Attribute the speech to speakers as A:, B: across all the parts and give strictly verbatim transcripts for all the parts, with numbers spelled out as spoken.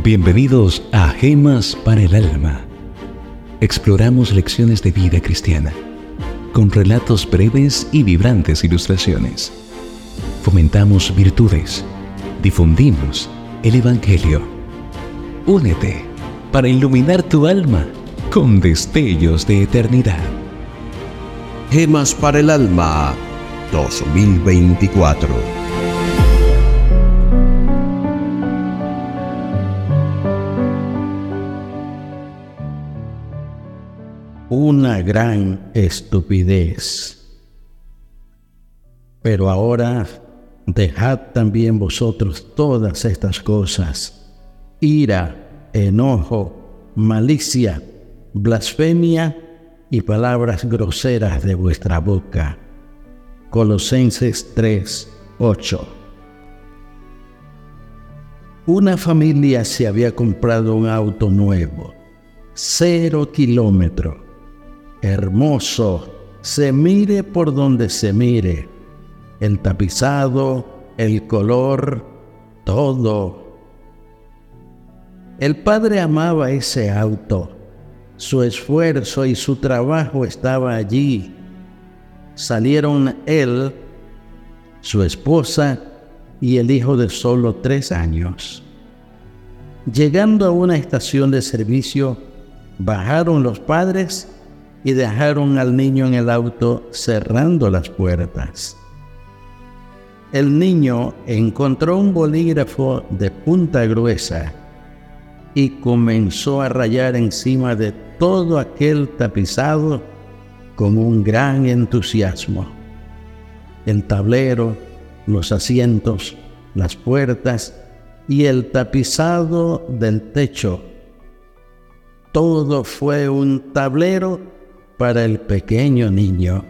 A: Bienvenidos a Gemas para el Alma. Exploramos lecciones de vida cristiana, con relatos breves y vibrantes ilustraciones. Fomentamos virtudes, difundimos el Evangelio. Únete para iluminar tu alma con destellos de eternidad.
B: Gemas para el Alma dos mil veinticuatro.
C: Una gran estupidez. Pero ahora dejad también vosotros todas estas cosas: ira, enojo, malicia, blasfemia y palabras groseras de vuestra boca. Colosenses tres, ocho. Una familia se había comprado un auto nuevo, cero kilómetro, hermoso, se mire por donde se mire, el tapizado, el color, todo. El padre amaba ese auto. Su esfuerzo y su trabajo estaba allí. Salieron él, su esposa y el hijo de solo tres años. Llegando a una estación de servicio, bajaron los padres y dejaron al niño en el auto cerrando las puertas. El niño encontró un bolígrafo de punta gruesa y comenzó a rayar encima de todo aquel tapizado con un gran entusiasmo. El tablero, los asientos, las puertas y el tapizado del techo. Todo fue un tablero para el pequeño niño.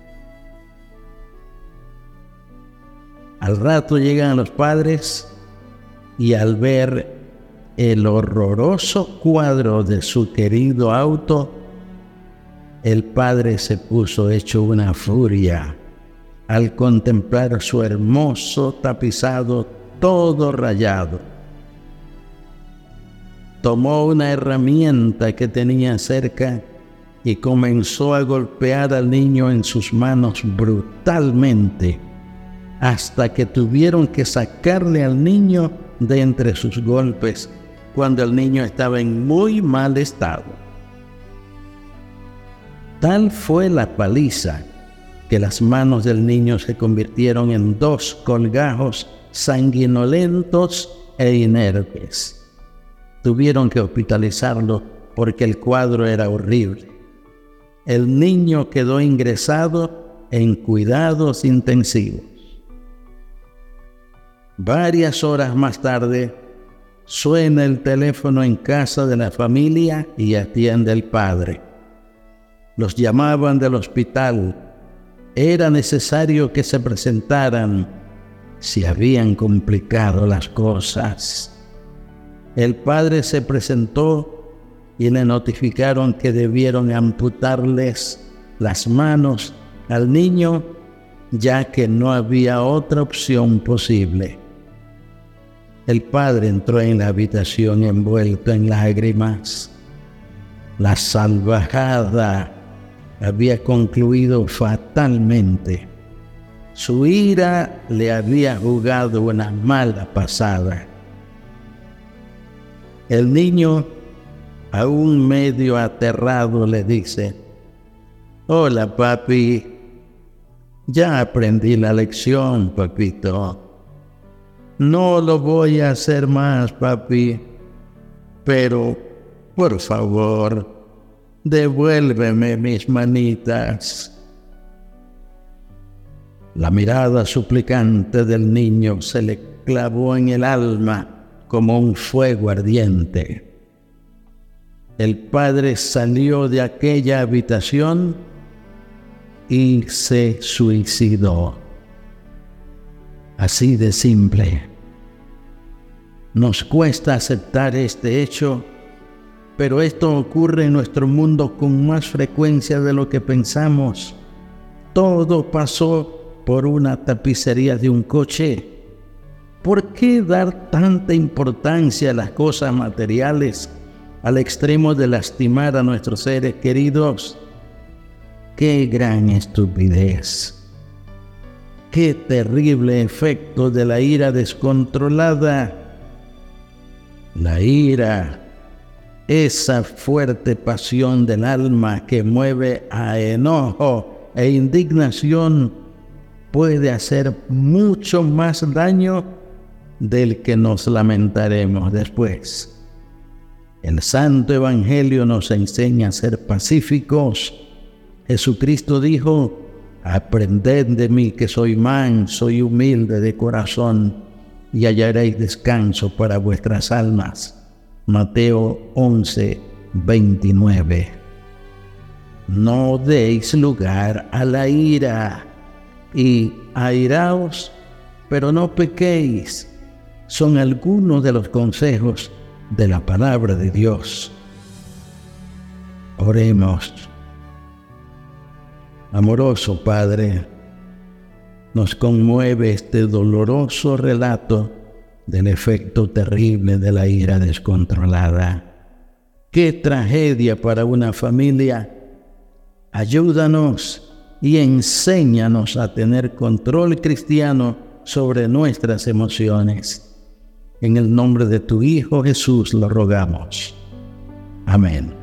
C: Al rato llegan los padres y al ver el horroroso cuadro de su querido auto, el padre se puso hecho una furia al contemplar su hermoso tapizado todo rayado. Tomó una herramienta que tenía cerca y comenzó a golpear al niño en sus manos brutalmente, hasta que tuvieron que sacarle al niño de entre sus golpes, cuando el niño estaba en muy mal estado. Tal fue la paliza que las manos del niño se convirtieron en dos colgajos sanguinolentos e inertes. Tuvieron que hospitalizarlo porque el cuadro era horrible. El niño quedó ingresado en cuidados intensivos. Varias horas más tarde, suena el teléfono en casa de la familia y atiende el padre. Los llamaban del hospital. Era necesario que se presentaran. Se habían complicado las cosas. El padre se presentó y le notificaron que debieron amputarles las manos al niño, ya que no había otra opción posible. El padre entró en la habitación envuelto en lágrimas. La salvajada había concluido fatalmente. Su ira le había jugado una mala pasada. El niño, aún medio aterrado, le dice: «Hola, papi. Ya aprendí la lección, papito. No lo voy a hacer más, papi. Pero, por favor, devuélveme mis manitas». La mirada suplicante del niño se le clavó en el alma como un fuego ardiente. El padre salió de aquella habitación y se suicidó. Así de simple. Nos cuesta aceptar este hecho, pero esto ocurre en nuestro mundo con más frecuencia de lo que pensamos. Todo pasó por una tapicería de un coche. ¿Por qué dar tanta importancia a las cosas materiales al extremo de lastimar a nuestros seres queridos? ¡Qué gran estupidez! ¡Qué terrible efecto de la ira descontrolada! La ira, esa fuerte pasión del alma que mueve a enojo e indignación, puede hacer mucho más daño del que nos lamentaremos después. El Santo Evangelio nos enseña a ser pacíficos. Jesucristo dijo: aprended de mí que soy manso y humilde de corazón, y hallaréis descanso para vuestras almas. Mateo once, veintinueve. No deis lugar a la ira, y airaos, pero no pequéis. Son algunos de los consejos de la palabra de Dios. Oremos. Amoroso Padre, nos conmueve este doloroso relato del efecto terrible de la ira descontrolada. ¡Qué tragedia para una familia! Ayúdanos y enséñanos a tener control cristiano sobre nuestras emociones. En el nombre de tu Hijo Jesús lo rogamos. Amén.